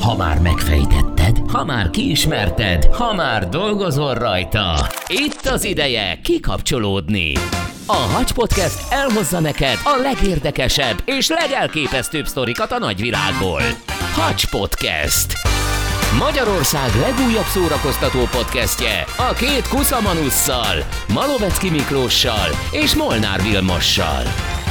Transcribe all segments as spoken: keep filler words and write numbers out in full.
Ha már megfejtetted, ha már kiismerted, ha már dolgozol rajta. Itt az ideje kikapcsolódni. A Hacs Podcast elhozza neked a legérdekesebb és legelképesztőbb sztorikat a nagyvilágból. Hacs Podcast. Magyarország legújabb szórakoztató podcastje a két kuszamanusszal, Malovecki Miklóssal és Molnár Vilmossal.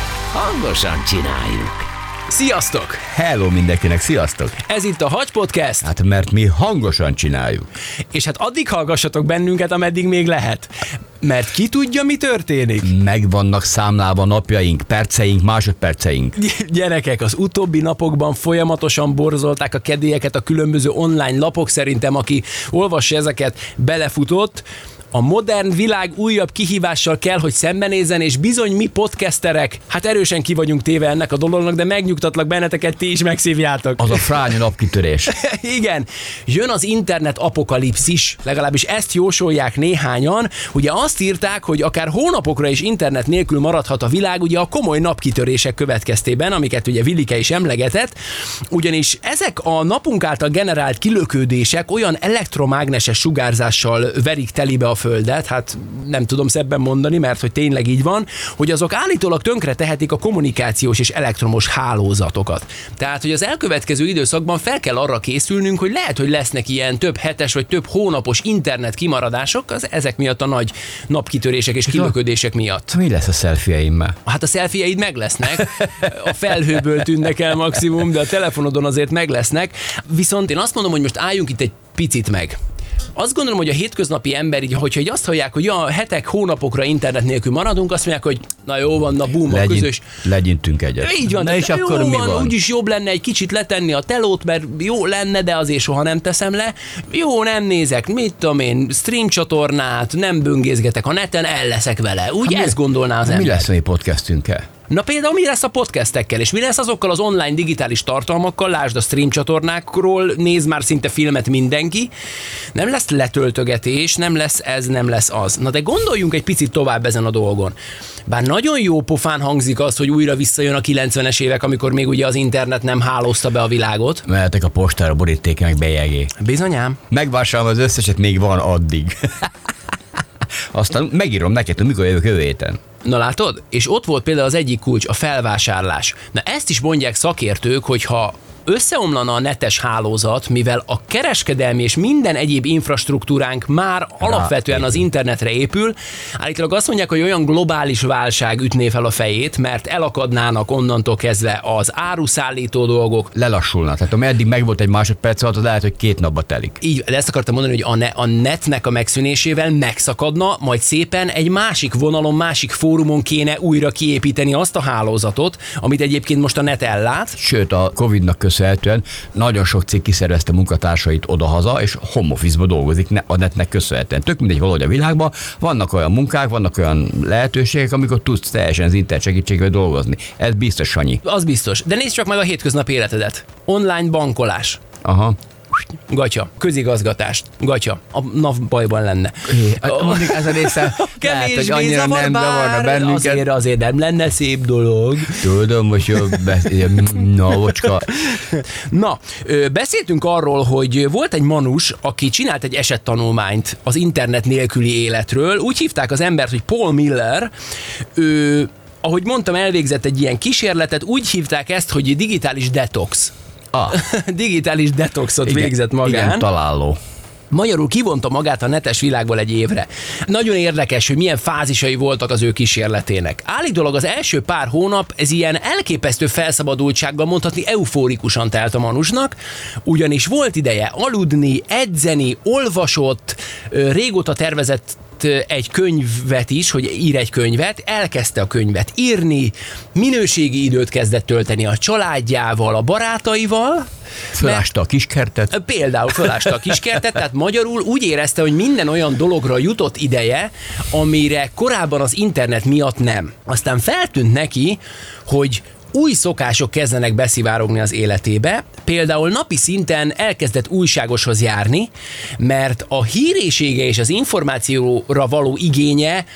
Hangosan csináljuk! Sziasztok! Hello mindenkinek, sziasztok! Ez itt a Hacs Podcast. Hát mert mi hangosan csináljuk. És hát addig hallgassatok bennünket, ameddig még lehet. Mert ki tudja, mi történik? Meg vannak számlálva napjaink, perceink, másodperceink. Gyerekek, az utóbbi napokban folyamatosan borzolták a kedélyeket a különböző online lapok. Szerintem, aki olvassa ezeket, belefutott. A modern világ újabb kihívással kell, hogy szembenézzen, és bizony mi podcasterek, hát erősen ki vagyunk téve ennek a dolognak, de megnyugtatlak benneteket, ti is megszívjátok. Az a fránya napkitörés. Igen, jön az internet apokalipszis, legalábbis ezt jósolják néhányan. Ugye azt írták, hogy akár hónapokra is internet nélkül maradhat a világ, ugye a komoly napkitörések következtében, amiket ugye Vilike is emlegetett, ugyanis ezek a napunk által generált kilökődések olyan elektromágneses sugárzással verik telibe a Földet, hát nem tudom szebben mondani, mert hogy tényleg így van, hogy azok állítólag tönkre tehetik a kommunikációs és elektromos hálózatokat. Tehát, hogy az elkövetkező időszakban fel kell arra készülnünk, hogy lehet, hogy lesznek ilyen több hetes vagy több hónapos internet kimaradások, az ezek miatt a nagy napkitörések és kilöködések miatt. Mi lesz a szelfieimmel? Hát a szelfieid meg lesznek, a felhőből tűnnek el maximum, de a telefonodon azért meg lesznek. Viszont én azt mondom, hogy most álljunk itt egy picit meg. Azt gondolom, hogy a hétköznapi ember, így, hogyha így azt hallják, hogy ja, hetek, hónapokra internet nélkül maradunk, azt mondják, hogy na jó van, na bum, a közös. Legyintünk egyet. Így van, na és akkor jó mi van, van? Úgyis jobb lenne egy kicsit letenni a telót, mert jó lenne, de azért soha nem teszem le. Jó, nem nézek, mit tudom én, stream csatornát, nem böngészgetek a neten, el leszek vele. Úgy ha ezt mi, gondolná az mi ember. Mi lesz a mi podcastünkkel? Na például mi lesz a podcastekkel, és mi lesz azokkal az online digitális tartalmakkal, lásd a stream csatornákról, néz már szinte filmet mindenki, nem lesz letöltögetés, nem lesz ez, nem lesz az. Na de gondoljunk egy picit tovább ezen a dolgon. Bár nagyon jó pofán hangzik az, hogy újra visszajön a kilencvenes évek, amikor még ugye az internet nem hálózta be a világot. Mehetek a postára, boríték meg bélyegé. Bizonyám. Megvásárolom az összeset, még van addig. Aztán megírom neked, hogy mikor jövök jövő héten. Na látod? És ott volt például az egyik kulcs, a felvásárlás. Na ezt is mondják szakértők, hogyha összeomlana a netes hálózat, mivel a kereskedelmi és minden egyéb infrastruktúránk már Rá, alapvetően az internetre épül, állítólag azt mondják, hogy olyan globális válság ütné fel a fejét, mert elakadnának onnantól kezdve az áruszállító dolgok. Lelassulna. Tehát ameddig megvolt egy másodperc alatt, lehet, hogy két napba telik. Így, de ezt akartam mondani, hogy a, ne, a netnek a megszűnésével megszakadna, majd szépen egy másik vonalon, másik fórumon kéne újra kiépíteni azt a hálózatot, amit egyébként most a net ellát. Sőt, a Covidnak köszönhetően nagyon sok cég kiszervezte munkatársait odahaza, és home office-ba dolgozik a netnek köszönhetően. Tök mindegy valahogy a világban, vannak olyan munkák, vannak olyan lehetőségek, amikor tudsz teljesen az internet segítségével dolgozni. Ez biztos, Sanyi. Az biztos. De nézd csak meg a hétköznapi életedet. Online bankolás. Aha. Gatya. Közigazgatást. Gatya. A NAV bajban lenne. Mondjuk ez a része lehet, hogy annyira nem zavarna bennünket. Azért, azért nem lenne szép dolog. Tudom, most jobb navocska. Na, beszéltünk arról, hogy volt egy manus, aki csinált egy esettanulmányt az internet nélküli életről. Úgy hívták az embert, hogy Paul Miller. Ő, ahogy mondtam, elvégzett egy ilyen kísérletet. Úgy hívták ezt, hogy digitális detox. Ah. Digitális detoxot igen, végzett magán. Igen, találó. Magyarul kivonta magát a netes világból egy évre. Nagyon érdekes, hogy milyen fázisai voltak az ő kísérletének. Állítólag az első pár hónap ez ilyen elképesztő felszabadultsággal, mondhatni eufórikusan telt a manusnak, ugyanis volt ideje aludni, edzeni, olvasott, régóta tervezett egy könyvet is, hogy ír egy könyvet, elkezdte a könyvet írni, minőségi időt kezdett tölteni a családjával, a barátaival. Fölásta a kiskertet. Például fölásta a kiskertet, tehát magyarul úgy érezte, hogy minden olyan dologra jutott ideje, amire korábban az internet miatt nem. Aztán feltűnt neki, hogy új szokások kezdenek beszivárogni az életébe, például napi szinten elkezdett újságoshoz járni, mert a hírésége és az információra való igénye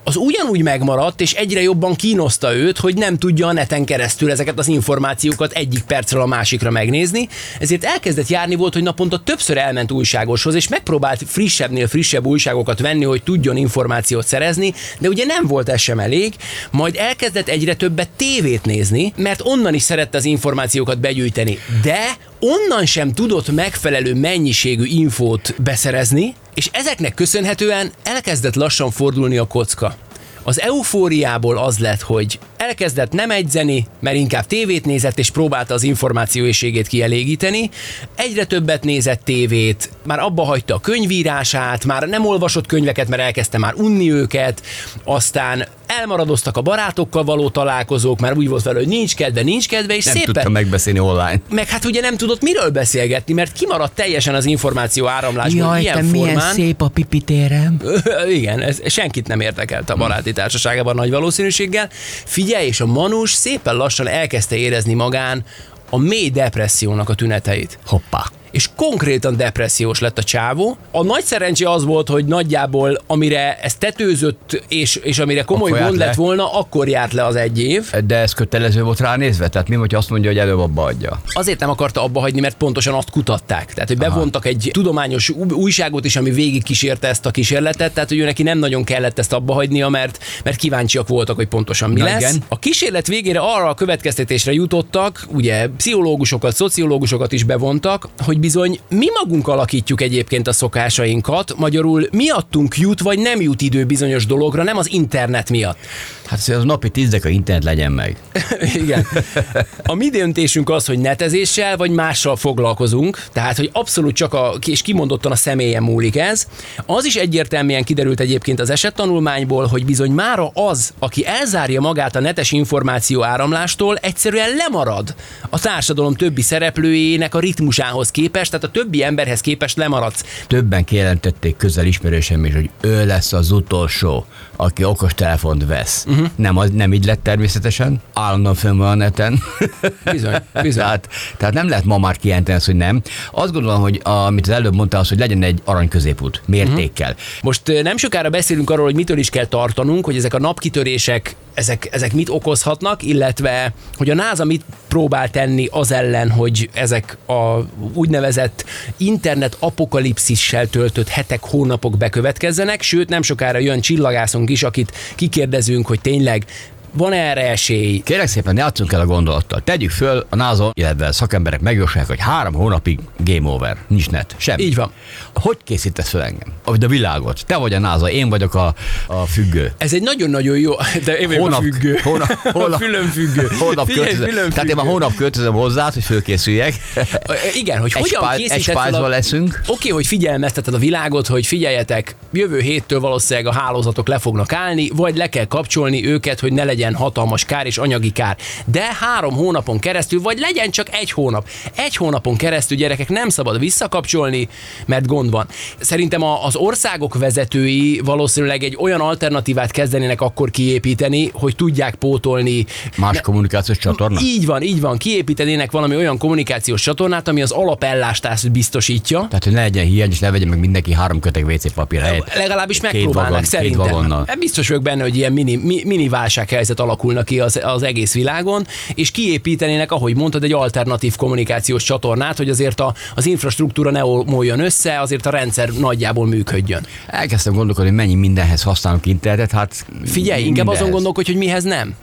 az ugyanúgy megmaradt, és egyre jobban kínoszta őt, hogy nem tudja a neten keresztül ezeket az információkat egyik percről a másikra megnézni, ezért elkezdett járni, volt, hogy naponta többször elment újságoshoz, és megpróbált frissebbnél frissebb újságokat venni, hogy tudjon információt szerezni, de ugye nem volt ez sem elég, majd elkezdett egyre többet tévét nézni, mert onnan is szerette az információkat begyűjteni, de onnan sem tudott megfelelő mennyiségű infót beszerezni, és ezeknek köszönhetően elkezdett lassan fordulni a kocka. Az eufóriából az lett, hogy elkezdett nem edzeni, mert inkább tévét nézett, és próbálta az információészségét kielégíteni. Egyre többet nézett tévét, már abba hagyta a könyvírását, már nem olvasott könyveket, mert elkezdte már unni őket, aztán elmaradoztak a barátokkal való találkozók, már úgy volt vele, hogy nincs kedve, nincs kedve, és nem szépen... tudta megbeszélni online. Meg hát ugye nem tudott miről beszélgetni, mert kimaradt teljesen az információ áramlásból. Jaj, ilyen te formán. milyen szép a pipitérem. Igen, ez senkit nem érdekelte a baráti társaságában nagy valószínűséggel. Figyelj, és a manus szépen lassan elkezdte érezni magán a mély depressziónak a tüneteit. Hoppá. És konkrétan depressziós lett a csávó. A nagy szerencsé az volt, hogy nagyjából amire ez tetőzött, és, és amire komoly Akkor gond járt lett le. volna, akkor járt le az egy év. De ez kötelező volt rá nézve? Tehát mi, hogyha azt mondja, hogy előbb abba adja? Azért nem akarta abba hagyni, mert pontosan azt kutatták. Tehát, hogy bevontak egy tudományos újságot is, ami végig kísérte ezt a kísérletet, tehát, hogy ő neki nem nagyon kellett ezt abba hagynia, mert, mert kíváncsiak voltak, hogy pontosan mi Na lesz. igen. A kísérlet végére arra a következtetésre jutottak, ugye pszichológusokat, szociológusokat is bevontak, hogy bizony mi magunk alakítjuk egyébként a szokásainkat, magyarul miattunk jut vagy nem jut idő bizonyos dologra, nem az internet miatt. Hát az napi tíz deka internet legyen meg. Igen. A mi döntésünk az, hogy netezéssel vagy mással foglalkozunk, tehát, hogy abszolút csak a, és kimondottan a személyen múlik ez. Az is egyértelműen kiderült egyébként az esettanulmányból, hogy bizony mára az, aki elzárja magát a netes információ áramlástól, egyszerűen lemarad a társadalom többi szereplőjének a ritmusához képest, tehát a többi emberhez képest lemaradsz. Többen kijelentették közel ismerősem is, hogy ő lesz az utolsó, aki okostelefont vesz. Uh-huh. Nem, az, nem így lett természetesen, állandóan fönn van a neten. Bizony, bizony. tehát, tehát nem lehet ma már kijelenteni azt, hogy nem. Azt gondolom, hogy amit az előbb mondtál, az, hogy legyen egy arany középút, mértékkel. Uh-huh. Most nem sokára beszélünk arról, hogy mitől is kell tartanunk, hogy ezek a napkitörések, ezek, ezek mit okozhatnak, illetve hogy a NASA mit próbál tenni az ellen, hogy ezek a úgynevezett internet apokalipszissel töltött hetek, hónapok bekövetkezzenek, sőt nem sokára jön csillagászunk is, akit kikérdezünk, hogy tényleg van erre esély? Kérlek szépen, ne játszunk el a gondolattal. Tegyük föl, a NASA, illetve szakemberek megjósolják, hogy három hónapig game over, nincs net, semmi. Így van. Hogy készítesz fel engem? Ahogy a világot. Te vagy a NASA, én vagyok a, a függő. Ez egy nagyon-nagyon jó, de én vagyok Hónap- a függő. hónap- hónap- a fülönfüggő. Hónap Figyelj, költözöm. Tehát én fülönfüggő. már hónap költözöm hozzá, hogy fölkészüljek. Igen, hogy Egy hogyan spájz- készíted egy fel spájzban a... leszünk. Oké, hogy figyelmezteted a világot, hogy figyeljetek, jövő héttől valószínűleg a hálózatok le fognak állni, vagy le kell kapcsolni őket, hogy ne legyen hatalmas kár és anyagi kár. De három hónapon keresztül, vagy legyen csak egy hónap. Egy hónapon keresztül, gyerekek, nem szabad visszakapcsolni, mert gond van. Szerintem a, az országok vezetői valószínűleg egy olyan alternatívát kezdenének akkor kiépíteni, hogy tudják pótolni. Más kommunikációs csatorna? Így van, így van. Kiépítenének valami olyan kommunikációs csatornát, ami az alapellátást biztosítja. Tehát, hogy ne legyen hiány, és ne vegye meg mindenki három köteg vé cé papír helyett. Legalábbis Két megpróbálnak vagon- két szerintem. vagonnal. Biztos vagyok benne, hogy ilyen mini, mi, mini válsághelyzet alakulna ki az, az egész világon, és kiépítenének, ahogy mondtad, egy alternatív kommunikációs csatornát, hogy azért a, az infrastruktúra ne omoljon össze, azért a rendszer nagyjából működjön. Elkezdtem gondolkodni, hogy mennyi mindenhez használunk internetet, hát Figyelj, inkább mindenhez. azon gondolkodj, hogy mihez nem.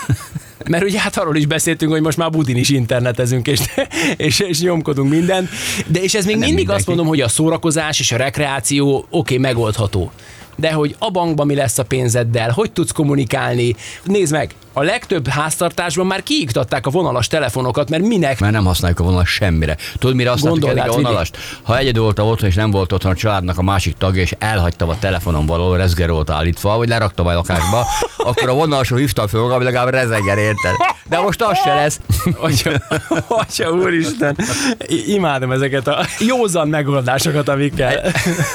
Mert ugye hát arról is beszéltünk, hogy most már budin is internetezünk, és, és, és nyomkodunk mindent. De és ez még Nem mindig mindenki. azt mondom, hogy a szórakozás és a rekreáció oké, okay, megoldható. De hogy a bankban mi lesz a pénzeddel, hogy tudsz kommunikálni. Nézd meg, a legtöbb háztartásban már kiiktatták a vonalas telefonokat, mert minek? Mert nem használjuk a vonalas semmire. Tudod, mire használtuk Gondold eddig a át, vonalast? Ha egyedül voltam otthon, és nem volt otthon a családnak a másik tagja, és elhagytam a telefonon való rezger volt állítva, vagy leraktam a lakásba, akkor a vonalasról hívtam föl magam, legalább rezenger, érted? De most az se lesz. Atya, atya úristen, I- imádom ezeket a józan megoldásokat, amikkel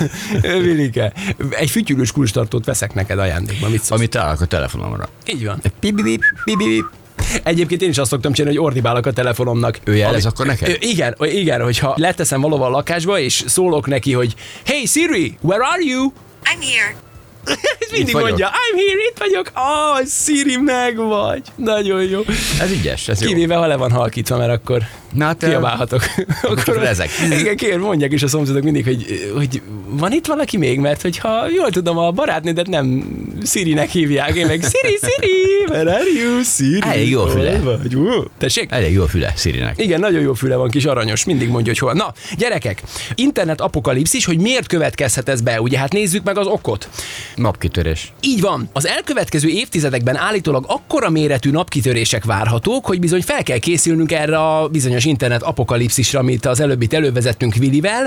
Vilike. Egy fütyülős kulcstartót veszek neked ajándékba, mit szólsz? Amit találok a telefonomra. Így van. Pip-pip, pip-pip. Egyébként én is azt szoktam csinálni, hogy ordibálok a telefonomnak. Ő jelez Ami- akkor neked? Ö, Igen, ö, igen, hogyha leteszem valóban a lakásba, és szólok neki, hogy Hey Siri, where are you? I'm here. Mindig mondja, I'm here, itt vagyok. Ah, oh, Siri, meg vagy. Nagyon jó. Ez ügyes, ez jó. Kivéve, ha le van halkítva, mert akkor Na, kiabálhatok. Akkor ezek. Igen, kér, mondják is a szomszédok mindig, hogy, hogy van itt valaki még, mert hogyha jól tudom, a barátnődet nem Sirinek hívják, én meg Siri, Siri, where are you, Siri? Elég jó füle. Vagy, uh, tessék? Elég jó füle Sirinek. Igen, nagyon jó füle van, kis aranyos, mindig mondja, hogy hol. Na, gyerekek, internet apokalipszis, hogy miért következhet ez be? Ugye, hát nézzük meg az okot. Napkitörés. Így van. Az elkövetkező évtizedekben állítólag akkora méretű napkitörések várhatók, hogy bizony fel kell készülnünk erre a bizonyos internet apokalipszisra, amit az előbbit elővezettünk Willivel.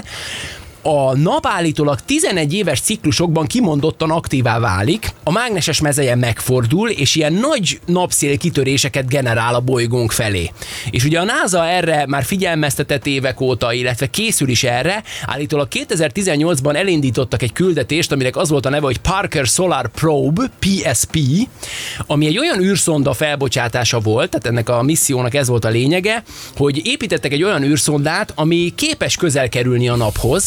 A nap állítólag tizenegy éves ciklusokban kimondottan aktívá válik, a mágneses mezeje megfordul, és ilyen nagy napszél kitöréseket generál a bolygónk felé. És ugye a NASA erre már figyelmeztetett évek óta, illetve készül is erre, állítólag kétezer-tizennyolcban elindítottak egy küldetést, aminek az volt a neve, hogy Parker Solar Probe, P S P, ami egy olyan űrszonda felbocsátása volt, tehát ennek a missziónak ez volt a lényege, hogy építettek egy olyan űrszondát, ami képes közel kerülni a naphoz,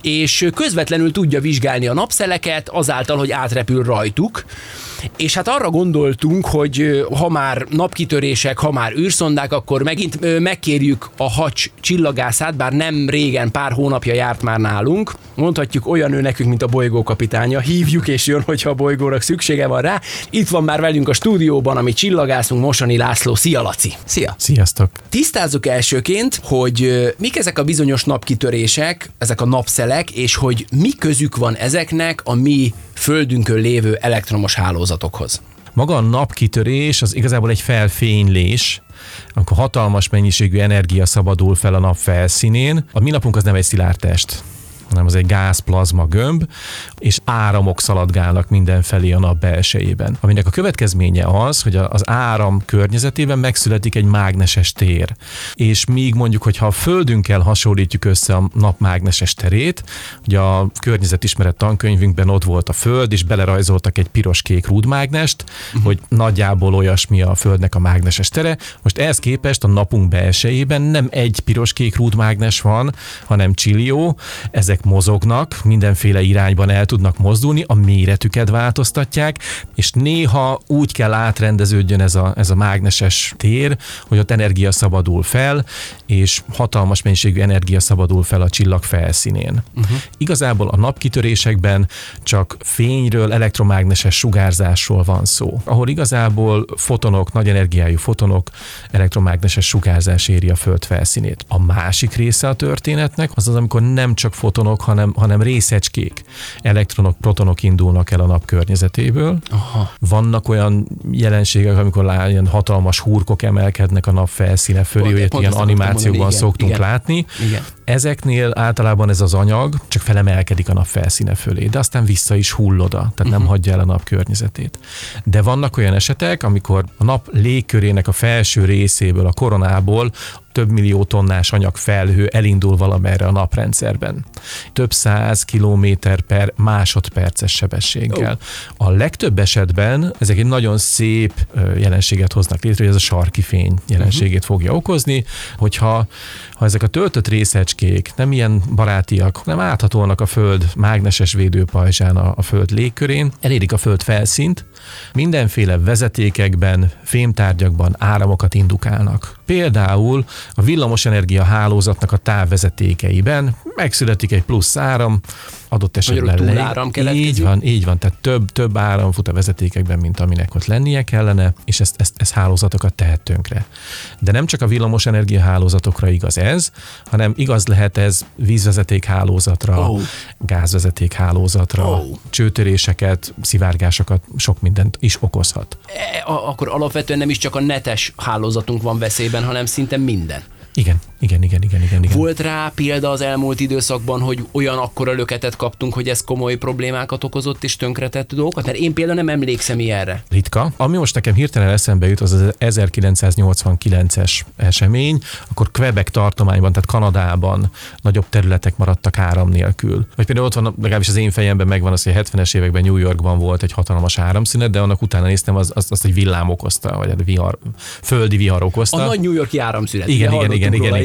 és közvetlenül tudja vizsgálni a napszeleket azáltal, hogy átrepül rajtuk. És hát arra gondoltunk, hogy ha már napkitörések, ha már űrszondák, akkor megint megkérjük a Hacs csillagászát, bár nem régen, pár hónapja járt már nálunk. Mondhatjuk, olyan ő nekünk, mint a bolygókapitánya. Hívjuk és jön, hogyha a bolygónak szüksége van rá. Itt van már velünk a stúdióban, ami csillagászunk, Mosoni László. Szia, Laci! Szia! Sziasztok! Tisztázzuk elsőként, hogy mik ezek a bizonyos napkitörések, ezek a napszelek, és hogy mi közük van ezeknek a mi földünkön lévő elektromos hálózatokhoz. Maga a napkitörés az igazából egy felfénylés, amikor hatalmas mennyiségű energia szabadul fel a nap felszínén. A mi napunk az nem egy szilárd test, hanem az egy gáz-plazma gömb, és áramok szaladgálnak mindenfelé a nap belsejében. Aminek a következménye az, hogy az áram környezetében megszületik egy mágneses tér. És míg mondjuk, hogyha a Földünkkel hasonlítjuk össze a nap mágneses terét, ugye a környezetismeret tankönyvünkben ott volt a Föld, és belerajzoltak egy piros-kék rúdmágnest, uh-huh. hogy nagyjából olyasmi a Földnek a mágneses tere. Most ehhez képest a napunk belsejében nem egy piros-kék rúdmágnes van, hanem csillió. Ezek mozognak, mindenféle irányban el tudnak mozdulni, a méretüket változtatják, és néha úgy kell átrendeződjön ez a, ez a mágneses tér, hogy ott energia szabadul fel, és hatalmas mennyiségű energia szabadul fel a csillag felszínén. Uh-huh. Igazából a napkitörésekben csak fényről, elektromágneses sugárzásról van szó, ahol igazából fotonok, nagy energiájú fotonok, elektromágneses sugárzás éri a Föld felszínét. A másik része a történetnek az az, amikor nem csak fotonok, hanem, hanem részecskék, elektronok, protonok indulnak el a nap környezetéből. Aha. Vannak olyan jelenségek, amikor lá, ilyen hatalmas hurkok emelkednek a nap felszíne fölé, hogy ilyen animációkban mondani, szoktunk igen. látni. Igen. Ezeknél általában ez az anyag csak felemelkedik a nap felszíne fölé, de aztán vissza is hull oda, tehát uh-huh. nem hagyja el a nap környezetét. De vannak olyan esetek, amikor a nap légkörének a felső részéből, a koronából több millió tonnás anyagfelhő elindul valamerre a naprendszerben. Több száz kilométer per másodperces sebességgel. Oh. A legtöbb esetben ezek egy nagyon szép jelenséget hoznak létre, hogy ez a sarki fény jelenségét uh-huh. fogja okozni, hogyha ha ezek a töltött részecskék nem ilyen barátiak, hanem áthatolnak a Föld mágneses védőpajzsán a, a Föld légkörén, elérik a Föld felszínt, mindenféle vezetékekben, fémtárgyakban áramokat indukálnak. Például a villamosenergia hálózatnak a távvezetékeiben megszületik egy plusz áram, adott esetben túláram keletkezik. Így van, így van, tehát több, több áram fut a vezetékekben, mint aminek ott lennie kellene, és ezt, ezt, ezt hálózatokat tehet tönkre. De nem csak a villamosenergia hálózatokra igaz ez, hanem igaz lehet ez vízvezeték hálózatra, oh. gázvezeték hálózatra, oh. csőtöréseket, szivárgásokat, sok mindent is okozhat. E, akkor alapvetően nem is csak a netes hálózatunk van veszélyben, hanem szinte minden. Igen, igen, igen, igen, igen, igen. Volt rá példa az elmúlt időszakban, hogy olyan akkora löketet kaptunk, hogy ez komoly problémákat okozott és tönkretett dolgokat? Mert én például nem emlékszem ilyenre. Ritka. Ami most nekem hirtelen eszembe jut, az az ezerkilencszáznyolcvankilences esemény, akkor Quebec tartományban, tehát Kanadában nagyobb területek maradtak áram nélkül. Vagy például ott van, legalábbis az én fejemben megvan az, hogy a hetvenes években New Yorkban volt egy hatalmas áramszünet, de annak utána néztem, az, az, azt egy villám okozta, vagy egy vihar, földi vihar okozta. A nagy New Yorki áramszünet. Igen, igen, igen, igen, igen,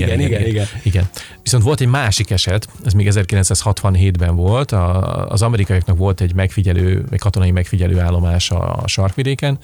igen, igen, igen, igen. igen. Viszont volt egy másik eset, ez még ezerkilencszázhatvanhétben volt, a, az amerikaiaknak volt egy megfigyelő, egy katonai megfigyelő állomás a sarkvidéken,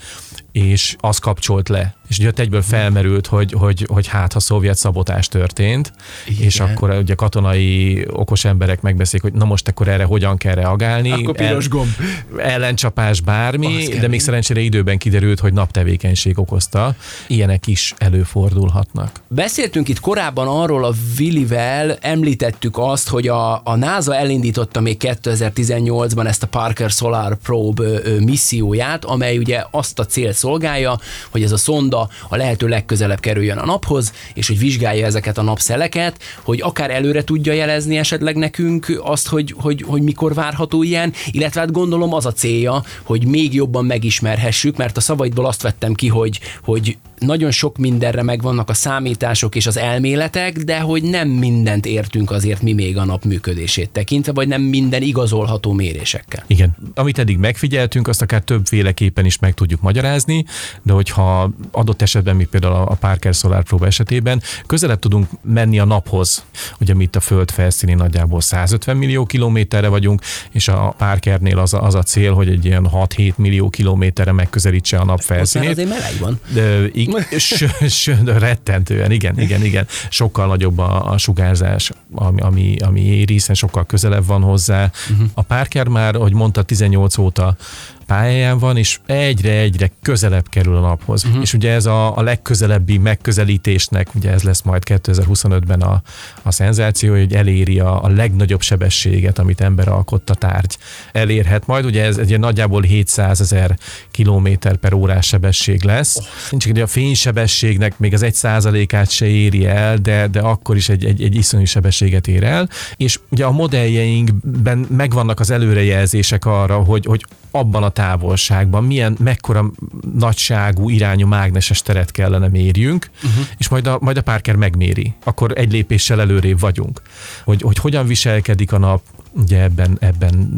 és az kapcsolt le. És ugye ott egyből felmerült, hogy, hogy, hogy hát, ha szovjet szabotás történt, igen. És akkor ugye katonai okos emberek megbeszélik, hogy na most akkor erre hogyan kell reagálni. Akkor piros gomb. El, ellencsapás bármi, de még szerencsére időben kiderült, hogy naptevékenység okozta. Ilyenek is előfordulhatnak. Beszéltünk itt korábban arról a Willivel, említettük azt, hogy a, a NASA elindította még kétezer-tizennyolcban ezt a Parker Solar Probe misszióját, amely ugye azt a célt szolgálja, hogy ez a szonda a lehető legközelebb kerüljön a naphoz, és hogy vizsgálja ezeket a napszeleket, hogy akár előre tudja jelezni esetleg nekünk azt, hogy, hogy, hogy mikor várható ilyen, illetve hát gondolom az a célja, hogy még jobban megismerhessük, mert a szavaidból azt vettem ki, hogy, hogy nagyon sok mindenre megvannak a számítások és az elméletek, de hogy nem mindent értünk azért mi még a nap működését tekintve, vagy nem minden igazolható mérésekkel. Igen. Amit eddig megfigyeltünk, azt akár többféleképpen is meg tudjuk magyarázni, de hogyha adott esetben, mi például a Parker Solar Probe esetében, közelebb tudunk menni a naphoz, ugye mi itt a Föld felszínén nagyjából százötven millió kilométerre vagyunk, és a Parkernél az a, az a cél, hogy egy ilyen hat-hét millió kilométerre megközelítse a nap felszínét. Ott már azért meleg van. De, Ső, ső, rettentően, igen, igen, igen. Sokkal nagyobb a, a sugárzás, ami, ami, ami éri, hiszen sokkal közelebb van hozzá. Uh-huh. A Parker már, ahogy mondta, tizennyolc óta pályáján van, és egyre-egyre közelebb kerül a naphoz. Uh-huh. És ugye ez a, a legközelebbi megközelítésnek, ugye ez lesz majd kétezer-huszonötben a, a szenzáció, hogy eléri a, a legnagyobb sebességet, amit ember alkotta tárgy. Elérhet majd, ugye ez egy nagyjából hétszázezer kilométer per órás sebesség lesz. Oh. Nincs, hogy a fénysebességnek még az egy százalékát se éri el, de, de akkor is egy, egy, egy iszonyú sebességet ér el. És ugye a modelljeinkben megvannak az előrejelzések arra, hogy, hogy abban a távolságban milyen, mekkora nagyságú irányú mágneses teret kellene mérjünk, uh-huh. és majd a, majd a Parker megméri. Akkor egy lépéssel előrébb vagyunk. Hogy, hogy hogyan viselkedik a nap, ugye ebben, ebben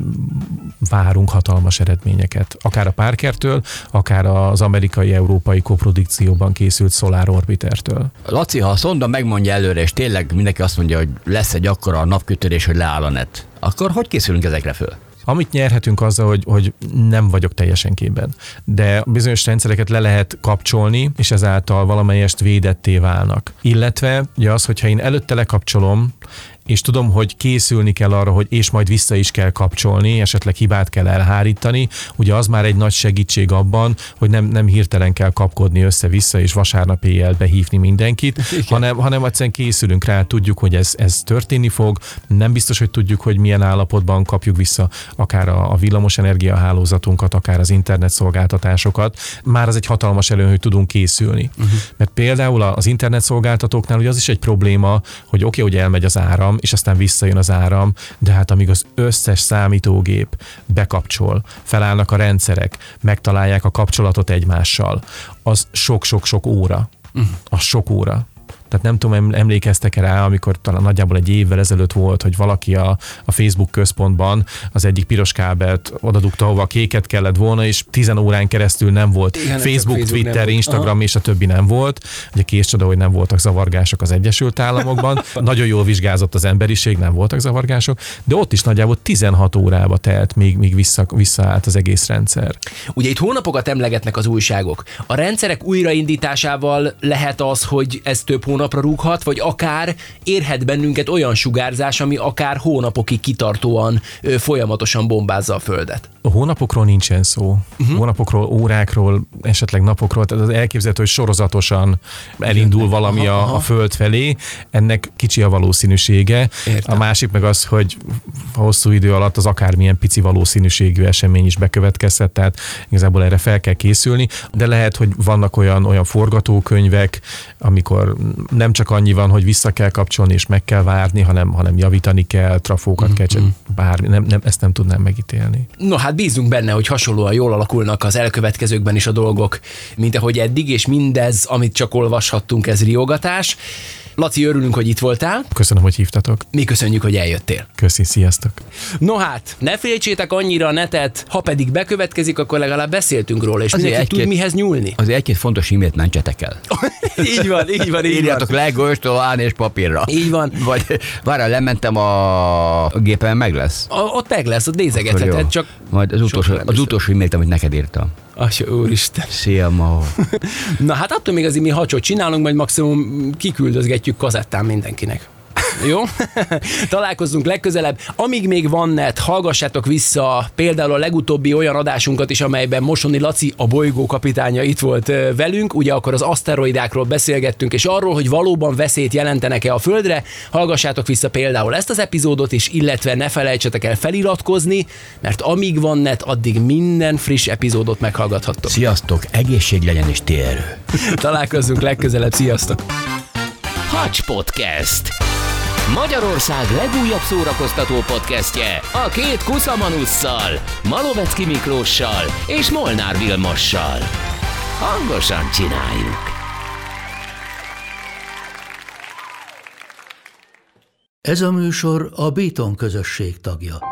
várunk hatalmas eredményeket. Akár a Parkertől, akár az amerikai-európai koprodukcióban készült Solar Orbitertől. Laci, ha a szonda megmondja előre, és tényleg mindenki azt mondja, hogy lesz egy akkora napkitörés, hogy leáll a net, akkor hogy készülünk ezekre föl? Amit nyerhetünk azzal, hogy, hogy nem vagyok teljesen képben, de bizonyos rendszereket le lehet kapcsolni, és ezáltal valamelyest védetté válnak. Illetve ugye az, hogyha én előtte lekapcsolom, és tudom, hogy készülni kell arra, hogy és majd vissza is kell kapcsolni, esetleg hibát kell elhárítani, ugye az már egy nagy segítség abban, hogy nem, nem hirtelen kell kapkodni össze-vissza, és vasárnap éjjel behívni mindenkit, hanem, hanem egyszerűen készülünk rá, tudjuk, hogy ez, ez történni fog, nem biztos, hogy tudjuk, hogy milyen állapotban kapjuk vissza akár a, a villamosenergia hálózatunkat, akár az internet szolgáltatásokat. Már az egy hatalmas előny, hogy tudunk készülni. Uh-huh. Mert például az internet szolgáltatóknál ugye az is egy probléma, hogy oké, okay, hogy elmegy az áram, és aztán visszajön az áram, de hát amíg az összes számítógép bekapcsol, felállnak a rendszerek, megtalálják a kapcsolatot egymással, az sok-sok-sok óra. Uh-huh. Az sok óra. Tehát nem tudom, emlékeztek-e rá, amikor talán nagyjából egy évvel ezelőtt volt, hogy valaki a, a Facebook központban az egyik piros kábelt odadugta, ahova a kéket kellett volna, és tizen órán keresztül nem volt. Igen, Facebook, Facebook, Twitter, Instagram Aha. és a többi nem volt. Ugye kés csoda, hogy nem voltak zavargások az Egyesült Államokban. Nagyon jól vizsgázott az emberiség, nem voltak zavargások, de ott is nagyjából tizenhat órába telt, míg, míg vissza, visszaállt az egész rendszer. Ugye itt hónapokat emlegetnek az újságok. A rendszerek újraindításával lehet az, hogy ez több hónap napra rúghat, vagy akár érhet bennünket olyan sugárzás, ami akár hónapokig kitartóan, ö, folyamatosan bombázza a Földet. A hónapokról nincsen szó. Uh-huh. Hónapokról, órákról, esetleg napokról, tehát az elképzelhető, hogy sorozatosan elindul valami aha, aha. a Föld felé, ennek kicsi a valószínűsége. Értem. A másik meg az, hogy hosszú idő alatt az akármilyen pici valószínűségű esemény is bekövetkezhet, tehát igazából erre fel kell készülni, de lehet, hogy vannak olyan, olyan forgatókönyvek, amikor nem csak annyi van, hogy vissza kell kapcsolni és meg kell várni, hanem, hanem javítani kell, trafókat mm-hmm. kell, csak bármi, nem, nem, ezt nem tudnám megítélni. No hát bízunk benne, hogy hasonlóan jól alakulnak az elkövetkezőkben is a dolgok, mint ahogy eddig, és mindez, amit csak olvashattunk, ez riogatás. Laci, örülünk, hogy itt voltál. Köszönöm, hogy hívtatok. Mi köszönjük, hogy eljöttél. Köszi, sziasztok. No hát, ne féltsétek annyira a netet, ha pedig bekövetkezik, akkor legalább beszéltünk róla, és mindenki tud mihez nyúlni. Azért egy-két fontos e-mailt mentsetek el. Így van, így van, így Írjatok van. le gőstolán és papírra. Így van. Vagy várjál, lementem a gépen, meg lesz. A, ott meg lesz, ott nézegetheted, csak... Majd az utolsó, az utolsó e-mailt, amit neked írtam. Atya, úristen. Szia, ma. Na hát attól még azért mi hacsot csinálunk, majd maximum kiküldözgetjük kazettán mindenkinek. Jó? Találkozzunk legközelebb. Amíg még van net, hallgassátok vissza például a legutóbbi olyan adásunkat is, amelyben Mosoni Laci, a bolygó kapitánya itt volt velünk. Ugye akkor az aszteroidákról beszélgettünk, és arról, hogy valóban veszélyt jelentenek-e a Földre. Hallgassátok vissza például ezt az epizódot is, illetve ne felejtsetek el feliratkozni, mert amíg van net, addig minden friss epizódot meghallgathattok. Sziasztok, egészség legyen és térerő. Találkozzunk legközelebb, sziasztok! Hacs Podcast. Magyarország legújabb szórakoztató podcastje a két kuszamanusszal, Malovecki Miklóssal és Molnár Vilmossal. Hangosan csináljuk! Ez a műsor a Béton közösség tagja.